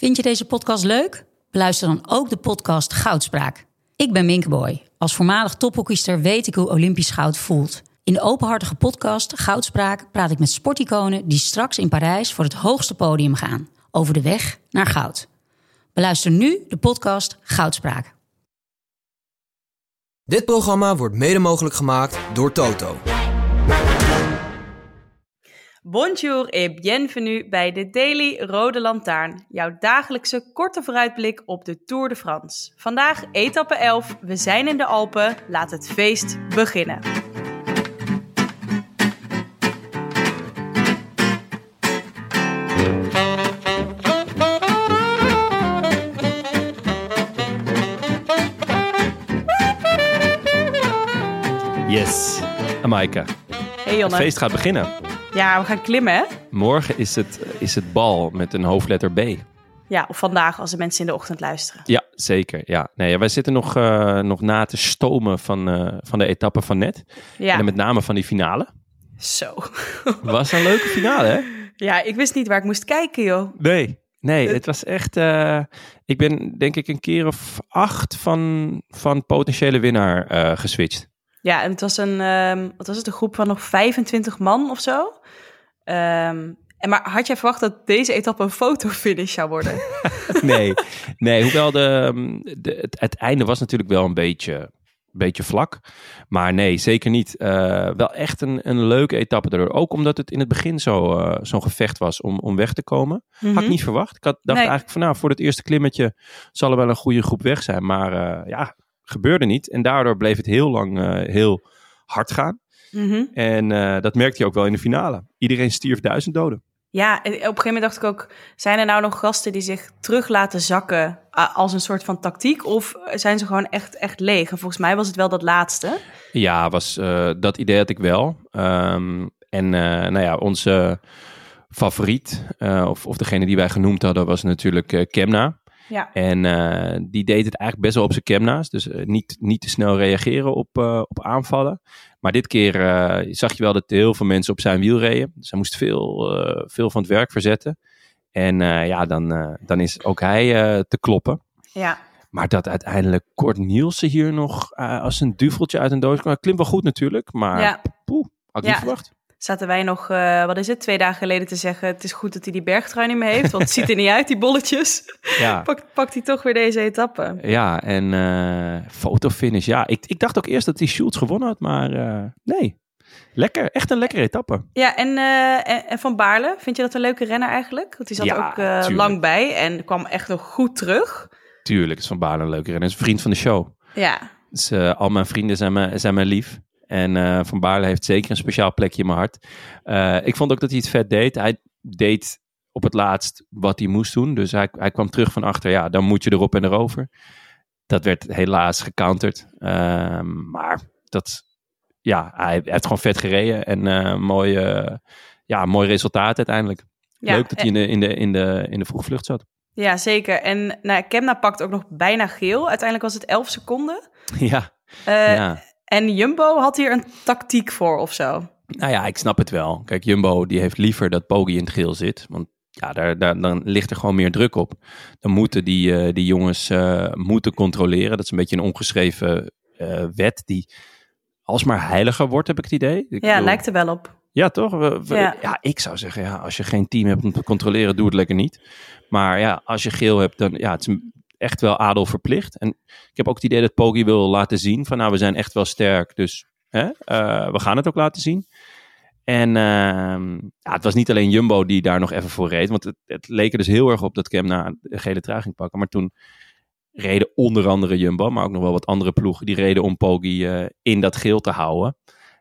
Vind je deze podcast leuk? Beluister dan ook de podcast Goudspraak. Ik ben Minke Boy. Als voormalig tophockeyster weet ik hoe Olympisch goud voelt. In de openhartige podcast Goudspraak praat ik met sporticonen die straks in Parijs voor het hoogste podium gaan. Over de weg naar goud. Beluister nu de podcast Goudspraak. Dit programma wordt mede mogelijk gemaakt door Toto. Bonjour et bienvenue bij de Daily Rode Lantaarn, jouw dagelijkse korte vooruitblik op de Tour de France. Vandaag etappe 11, we zijn in de Alpen, laat het feest beginnen. Yes, Amaika. Hey Jonne. Het feest gaat beginnen. Ja, we gaan klimmen hè? Morgen is het bal met een hoofdletter B. Ja, of vandaag als de mensen in de ochtend luisteren. Ja, zeker. Ja. Nee, wij zitten nog na te stomen van de etappe van net. Ja. En dan met name van die finale. Zo. Was een leuke finale, hè? Ja, ik wist niet waar ik moest kijken joh. Nee, het was echt... ik ben denk ik een keer of 8 van potentiële winnaar geswitcht. Ja, en het was een groep van nog 25 man of zo. Maar had jij verwacht dat deze etappe een fotofinish zou worden? Nee, hoewel het einde was natuurlijk wel een beetje vlak. Maar nee, zeker niet. Wel echt een leuke etappe daardoor. Ook omdat het in het begin zo'n gevecht was om weg te komen. Mm-hmm. Had ik niet verwacht. Ik dacht eigenlijk van voor het eerste klimmetje zal er wel een goede groep weg zijn. Maar gebeurde niet. En daardoor bleef het heel lang heel hard gaan. Mm-hmm. En dat merkte je ook wel in de finale. Iedereen stierf 1000 doden. Ja, en op een gegeven moment dacht ik ook, zijn er nou nog gasten die zich terug laten zakken als een soort van tactiek? Of zijn ze gewoon echt leeg? En volgens mij was het wel dat laatste. Ja, dat idee had ik wel. Onze favoriet, of degene die wij genoemd hadden, was natuurlijk Kemna. Ja. En die deed het eigenlijk best wel op zijn Kemna's. Dus niet te snel reageren op aanvallen. Maar dit keer zag je wel dat heel veel mensen op zijn wiel reden. Dus hij moest veel van het werk verzetten. En dan is ook hij te kloppen. Ja. Maar dat uiteindelijk Kort Nielsen hier nog als een duveltje uit een doos kwam. Klinkt wel goed natuurlijk, maar had ik niet verwacht. Zaten wij nog, 2 dagen geleden te zeggen, het is goed dat hij die bergtrui niet meer heeft, want het ziet er niet uit, die bolletjes. Ja. Pakt hij toch weer deze etappe. Ja, en fotofinish. Ja, ik dacht ook eerst dat hij Schultz gewonnen had, maar nee. Lekker, echt een lekkere etappe. Ja, en Van Baarle, vind je dat een leuke renner eigenlijk? Want die zat ook lang bij en kwam echt nog goed terug. Tuurlijk is Van Baarle een leuke renner. Hij is een vriend van de show. Ja. Dus al mijn vrienden zijn mij lief. En Van Baarle heeft zeker een speciaal plekje in mijn hart. Ik vond ook dat hij het vet deed. Hij deed op het laatst wat hij moest doen. Dus hij kwam terug van achter. Ja, dan moet je erop en erover. Dat werd helaas gecounterd. Maar hij heeft gewoon vet gereden. En mooi resultaat uiteindelijk. Ja, leuk dat hij in de vroege vlucht zat. Ja, zeker. En Kemna pakt ook nog bijna geel. Uiteindelijk was het 11 seconden. Ja. En Jumbo had hier een tactiek voor of zo? Nou ja, ik snap het wel. Kijk, Jumbo die heeft liever dat Poggi in het geel zit. Want ja, dan ligt er gewoon meer druk op. Dan moeten die jongens moeten controleren. Dat is een beetje een ongeschreven wet die alsmaar heiliger wordt, heb ik het idee. Lijkt er wel op. Ja, toch? Ik zou zeggen, als je geen team hebt om te controleren, doe het lekker niet. Maar ja, als je geel hebt, dan het is echt wel adel verplicht. En ik heb ook het idee dat Poggi wil laten zien van we zijn echt wel sterk. Dus we gaan het ook laten zien. En het was niet alleen Jumbo die daar nog even voor reed. Want het leek er dus heel erg op dat Kemna een gele trui ging pakken. Maar toen reden onder andere Jumbo, maar ook nog wel wat andere ploegen. Die reden om Poggi in dat geel te houden.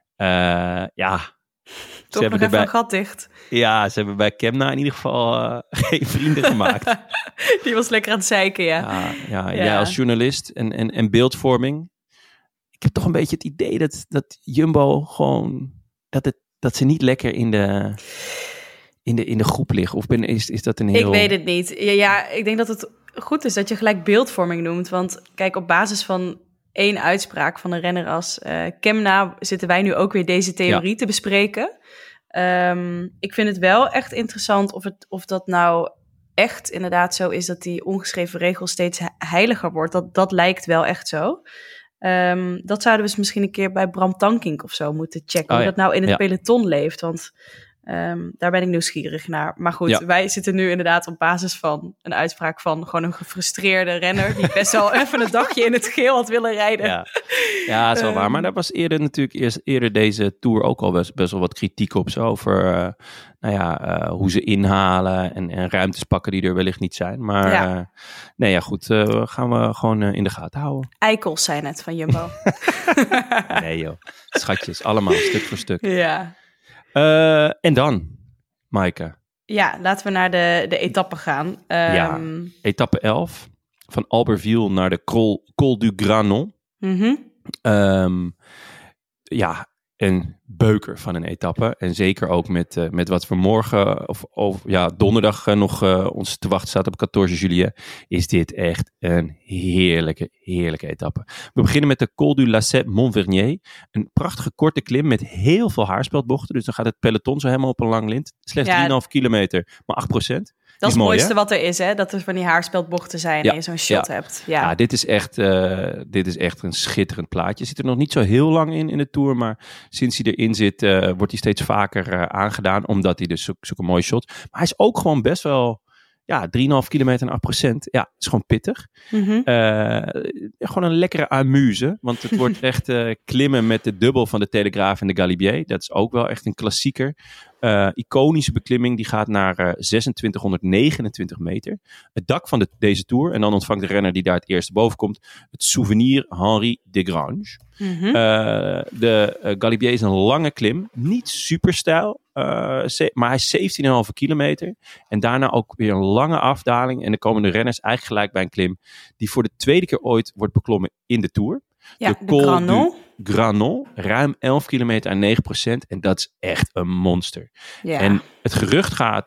Toch nog even een gat dicht. Ja, ze hebben bij Kemna in ieder geval geen vrienden gemaakt. Die was lekker aan het zeiken, ja. Jij als journalist en beeldvorming. Ik heb toch een beetje het idee dat Jumbo gewoon... Dat ze niet lekker in de groep liggen. Of is dat een heel... Ik weet het niet. Ja, ik denk dat het goed is dat je gelijk beeldvorming noemt. Want kijk, op basis van 1 uitspraak van een renner als Kemna zitten wij nu ook weer deze theorie te bespreken. Ik vind het wel echt interessant of dat nou echt inderdaad zo is dat die ongeschreven regel steeds heiliger wordt. Dat lijkt wel echt zo. Dat zouden we eens misschien een keer bij Bram Tankink of zo moeten checken. Hoe dat nou in het peloton leeft. Want daar ben ik nieuwsgierig naar. Maar goed, wij zitten nu inderdaad op basis van een uitspraak van gewoon een gefrustreerde renner. Die best wel even een dagje in het geel had willen rijden. Ja, dat is wel waar. Maar daar was eerder deze Tour ook al best wel wat kritiek op. Zo over hoe ze inhalen en ruimtes pakken die er wellicht niet zijn. Maar gaan we gewoon in de gaten houden. Eikels zijn het van Jumbo. Nee joh, schatjes, allemaal stuk voor stuk. Ja. En dan, Maaike? Ja, laten we naar de etappe gaan. Etappe 11 van Albertville naar de Col du Granon. Een beuker van een etappe. En zeker ook met wat we morgen donderdag nog ons te wachten staat op 14 juillet. Is dit echt een heerlijke etappe. We beginnen met de Col du Lacet Montvernier. Een prachtige korte klim met heel veel haarspeldbochten. Dus dan gaat het peloton zo helemaal op een lang lint. Slechts 3,5 kilometer, maar 8%. Dat is het mooi, mooiste hè? wat er is, hè? Dat er van die haarspeldbochten zijn en je zo'n shot hebt. Ja, dit is echt een schitterend plaatje. Zit er nog niet zo heel lang in de Tour, maar sinds hij erin zit, wordt hij steeds vaker aangedaan, omdat hij dus zo'n mooie shot. Maar hij is ook gewoon best wel, 3,5 kilometer en 8%. Ja, is gewoon pittig. Gewoon een lekkere amuse, want het wordt echt klimmen met de dubbel van de Telegraaf en de Galibier. Dat is ook wel echt een klassieker. Iconische beklimming, die gaat naar 2629 meter. Het dak van deze Tour, en dan ontvangt de renner die daar het eerste boven komt, het Souvenir Henri Desgranges. De Galibier is een lange klim, niet super steil, maar hij is 17,5 kilometer. En daarna ook weer een lange afdaling. En dan komen de renners eigenlijk gelijk bij een klim die voor de tweede keer ooit wordt beklommen in de Tour. Ja, de Granon. Granon, ruim 11 kilometer en 9%. En dat is echt een monster. Ja. En het gerucht gaat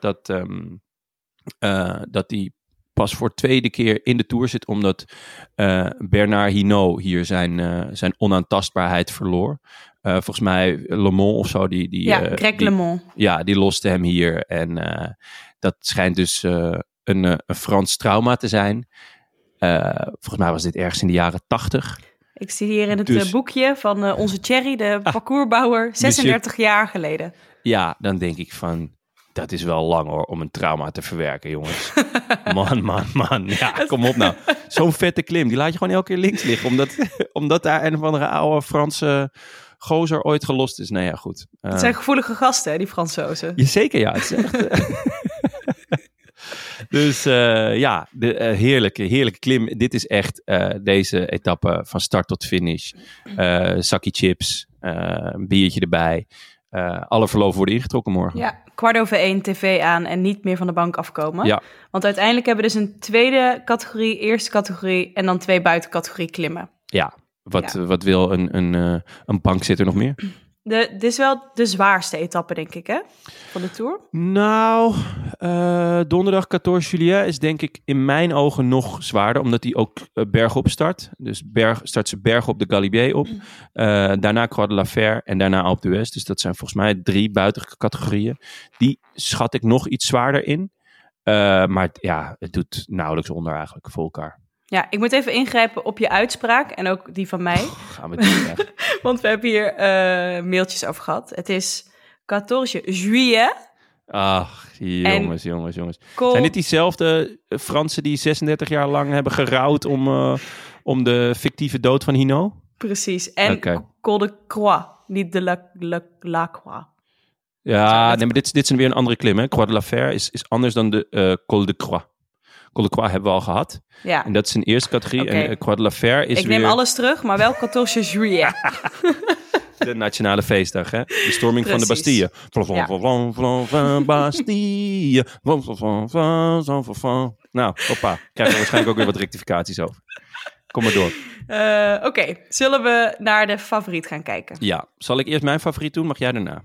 dat hij pas voor tweede keer in de Tour zit, omdat Bernard Hinault hier zijn onaantastbaarheid verloor. Volgens mij Le Mans of zo. Greg Le Mans. Ja, die loste hem hier. En dat schijnt dus een Frans trauma te zijn. Volgens mij was dit ergens in de jaren 80. Ik zie hier in het boekje van onze Thierry, de parcoursbouwer, 36 jaar geleden. Ja, dan denk ik van, dat is wel lang hoor, om een trauma te verwerken, jongens. Man. Ja, kom op nou. Zo'n vette klim, die laat je gewoon elke keer links liggen. Omdat daar een of andere oude Franse gozer ooit gelost is. Nou ja, goed. Het zijn gevoelige gasten, hè, die Fransozen. Zeker, ja. Het is echt... Dus de heerlijke klim. Dit is echt deze etappe van start tot finish. Zakje chips, een biertje erbij. Alle verloven worden ingetrokken morgen. Ja, 1:15 tv aan en niet meer van de bank afkomen. Ja. Want uiteindelijk hebben we dus een tweede categorie, eerste categorie en dan 2 buitencategorie klimmen. Ja, wat wil een bankzitter nog meer? Dit is wel de zwaarste etappe, denk ik, hè? Van de Tour. Nou, donderdag 14 juillet is denk ik in mijn ogen nog zwaarder, omdat hij ook bergop start. Dus start ze bergop de Galibier op. Daarna Croix de la Fer en daarna Alpe d'Huez. Dus dat zijn volgens mij 3 buitencategorieën. Die schat ik nog iets zwaarder in. Maar het doet nauwelijks onder eigenlijk voor elkaar. Ja, ik moet even ingrijpen op je uitspraak en ook die van mij. Gaan we doen, Want we hebben hier mailtjes over gehad. Het is 14 juillet. Ach, jongens. Zijn dit diezelfde Fransen die 36 jaar lang hebben gerouwd om de fictieve dood van Hinault? Precies. En Col de Croix, niet de la Croix. Ja, nee, maar dit is weer een andere klim. Hè? Croix de la Fer is anders dan de Col de Croix. Col de Croix hebben we al gehad. Ja. En dat is een eerste categorie. Okay. En Croix de la Fer is Ik neem alles terug, maar wel 14 juillet. De nationale feestdag, hè? De storming van de Bastille. Bastille. Nou, hoppa. Krijgen we waarschijnlijk ook weer wat rectificaties over. Kom maar door. Oké, zullen we naar de favoriet gaan kijken? Ja, zal ik eerst mijn favoriet doen? Mag jij daarna?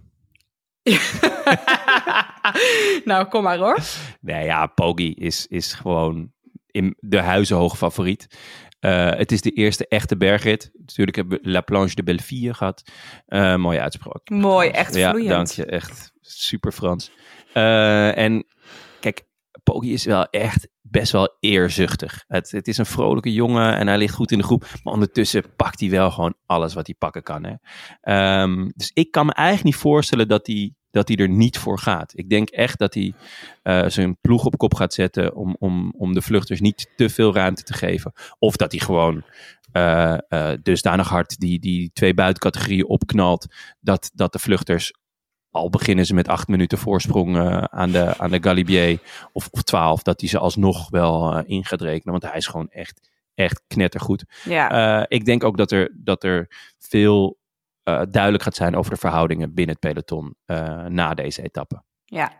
Nou, kom maar hoor. Nee, ja, Poggi is gewoon in de huizenhoog favoriet. Het is de eerste echte bergrit. Natuurlijk hebben we La Planche de Belleville gehad. Mooi uitspraak. Mooi, echt vloeiend. Ja, dank je. Echt super Frans. En kijk, Poggi is wel echt best wel eerzuchtig. Het is een vrolijke jongen en hij ligt goed in de groep. Maar ondertussen pakt hij wel gewoon alles wat hij pakken kan. Hè? Dus ik kan me eigenlijk niet voorstellen dat hij er niet voor gaat. Ik denk echt dat hij zijn ploeg op kop gaat zetten om de vluchters niet te veel ruimte te geven. Of dat hij gewoon dusdanig hard die 2 buitencategorieën opknalt dat de vluchters, al beginnen ze met 8 minuten voorsprong aan de Galibier of 12, dat hij ze alsnog wel in gaat rekenen. Want hij is gewoon echt knettergoed. Ja. Ik denk ook dat er veel duidelijk gaat zijn over de verhoudingen binnen het peloton na deze etappe. Ja,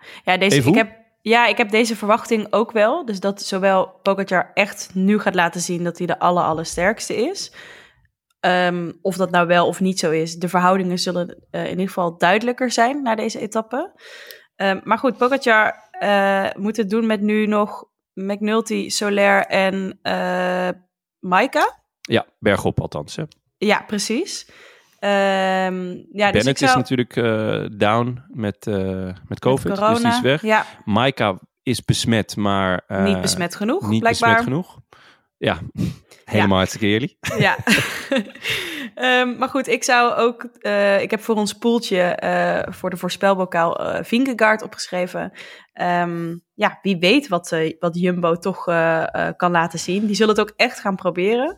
ik heb deze verwachting ook wel. Dus dat zowel Pogačar echt nu gaat laten zien dat hij de allersterkste is. Of dat nou wel of niet zo is. De verhoudingen zullen in ieder geval duidelijker zijn na deze etappe. Maar goed, Pogačar moet het doen met nu nog McNulty, Soler en Maika. Ja, bergop althans. Hè? Ja, precies. Bennett is natuurlijk down met COVID, met corona, dus die is weg. Ja. Maika is besmet, maar niet besmet genoeg, niet blijkbaar. Besmet genoeg. Ja, helemaal hartstikke eerlijk. Ja. Maar goed, ik zou ook... ik heb voor ons poeltje voor de voorspelbokaal Vingegaard opgeschreven. Wie weet wat Jumbo toch kan laten zien. Die zullen het ook echt gaan proberen.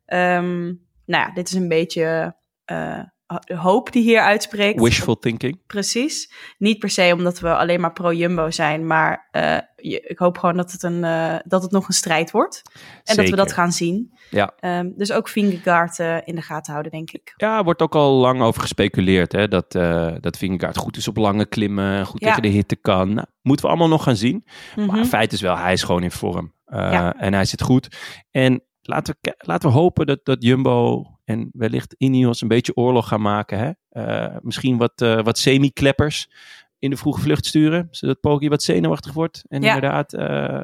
Dit is een beetje hoop die hier uitspreekt. Wishful thinking. Precies. Niet per se omdat we alleen maar pro-Jumbo zijn, maar ik hoop gewoon dat het nog een strijd wordt. En Zeker. Dat we dat gaan zien. Ja. Dus ook Vingegaard in de gaten houden, denk ik. Ja, er wordt ook al lang over gespeculeerd, hè, dat Vingegaard goed is op lange klimmen, goed tegen de hitte kan. Nou, moeten we allemaal nog gaan zien. Maar het feit is wel, hij is gewoon in vorm. En hij zit goed. En laten we hopen dat Jumbo en wellicht Ineos een beetje oorlog gaan maken. Hè? Misschien wat semi-kleppers in de vroege vlucht sturen, zodat Poggi wat zenuwachtig wordt. En inderdaad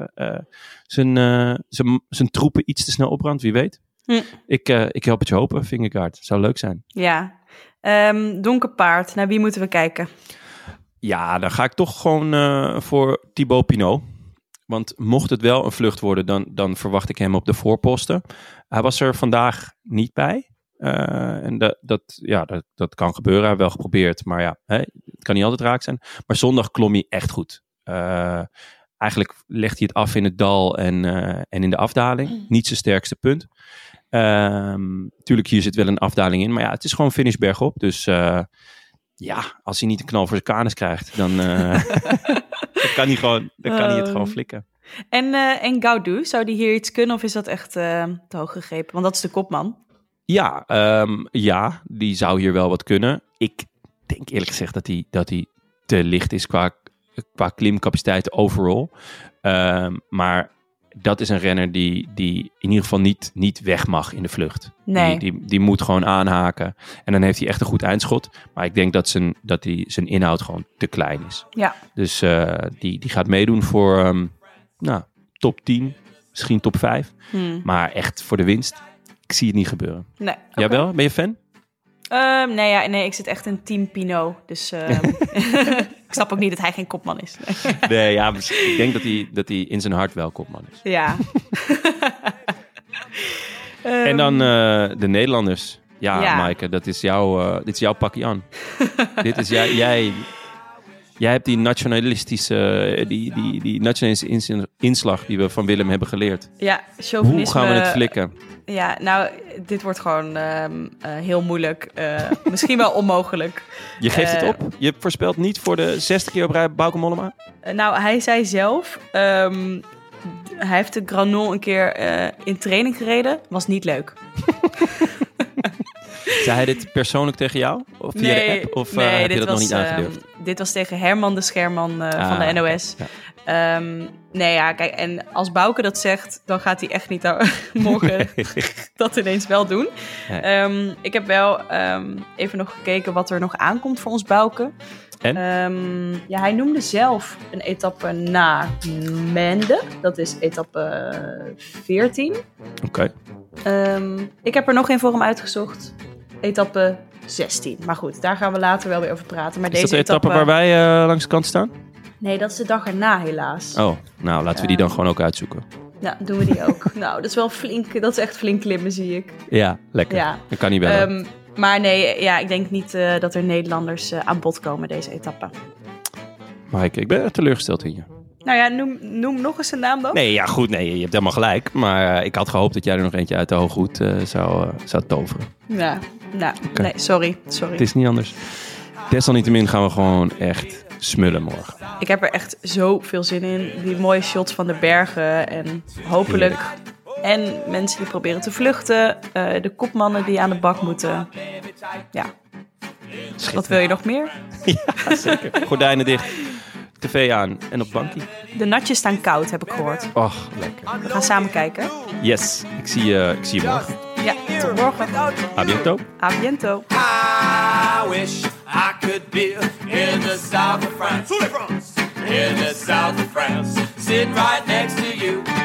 zijn troepen iets te snel opbrandt, wie weet. Ik help het je hopen, Vingegaard. Zou leuk zijn. Ja. Donker paard, naar wie moeten we kijken? Ja, dan ga ik toch gewoon voor Thibaut Pinot. Want mocht het wel een vlucht worden, dan verwacht ik hem op de voorposten. Hij was er vandaag niet bij. En dat kan gebeuren. Hij heeft wel geprobeerd, maar het kan niet altijd raak zijn. Maar zondag klom hij echt goed. Eigenlijk legt hij het af in het dal en in de afdaling. Niet zijn sterkste punt. Tuurlijk, hier zit wel een afdaling in. Maar het is gewoon finish bergop. Dus als hij niet een knal voor zijn kanus krijgt, dan kan hij het gewoon flikken. En Gaudu, zou die hier iets kunnen of is dat echt te hoog gegrepen? Want dat is de kopman. Ja, die zou hier wel wat kunnen. Ik denk eerlijk gezegd dat hij te licht is qua klimcapaciteit overall. Maar dat is een renner die in ieder geval niet weg mag in de vlucht. Nee. Die moet gewoon aanhaken. En dan heeft hij echt een goed eindschot. Maar ik denk dat zijn inhoud gewoon te klein is. Ja. Dus die gaat meedoen voor top 10, misschien top 5. Maar echt voor de winst, ik zie het niet gebeuren. Nee. Okay. Jij wel? Ben je fan? Nee, ik zit echt in team Pinot. Dus ik snap ook niet dat hij geen kopman is. Ik denk dat hij in zijn hart wel kopman is. Ja. En dan de Nederlanders. Ja, Maaike, dit is jouw pakje aan. Dit is jij hebt die nationalistische inslag die we van Willem hebben geleerd. Ja, chauvinisme. Hoe gaan we het flikken? Ja, nou, dit wordt gewoon heel moeilijk. Misschien wel onmogelijk. Je geeft het op? Je voorspelt niet voor de 60 keer op rij Bauke Mollema? Hij zei zelf, hij heeft de Granon een keer in training gereden. Was niet leuk. Zei hij dit persoonlijk tegen jou? Of via de app? Of heb je dat nog niet aangedurfd? Dit was tegen Herman de Scherman van de NOS. Ja. Kijk, en als Bauke dat zegt, dan gaat hij echt niet morgen dat ineens wel doen. Nee. Ik heb wel even nog gekeken wat er nog aankomt voor ons Bauke. En? Hij noemde zelf een etappe na Mende. Dat is etappe 14. Oké. Ik heb er nog één voor hem uitgezocht. Etappe 16. Maar goed, daar gaan we later wel weer over praten. Maar is deze dat de etappe waar wij langs de kant staan? Nee, dat is de dag erna helaas. Oh, nou laten we die dan gewoon ook uitzoeken. Ja, doen we die ook. Nou, dat is wel flink, dat is echt flink klimmen, zie ik. Ja, lekker. Ja. Dat kan niet wel. Maar nee, ja, ik denk niet dat er Nederlanders aan bod komen deze etappe. Maaike, ik ben erg teleurgesteld in je. Nou ja, noem nog eens een naam dan. Nee, ja goed, nee, je hebt helemaal gelijk. Maar ik had gehoopt dat jij er nog eentje uit de hooghoed zou toveren. Ja, nou, Okay. Nee, sorry. Het is niet anders. Desalniettemin gaan we gewoon echt smullen morgen. Ik heb er echt zoveel zin in. Die mooie shots van de bergen en hopelijk... En mensen die proberen te vluchten. De kopmannen die aan de bak moeten. Ja. Wat wil je nog meer? Ja, zeker. Gordijnen dicht. TV aan en op bankie. De natjes staan koud, heb ik gehoord. Och, lekker. We gaan samen kijken. Yes, ik zie je morgen. Ja, tot morgen. A biento. A biento. I wish I could be in the south of France. In the south of France, sitting right next to you.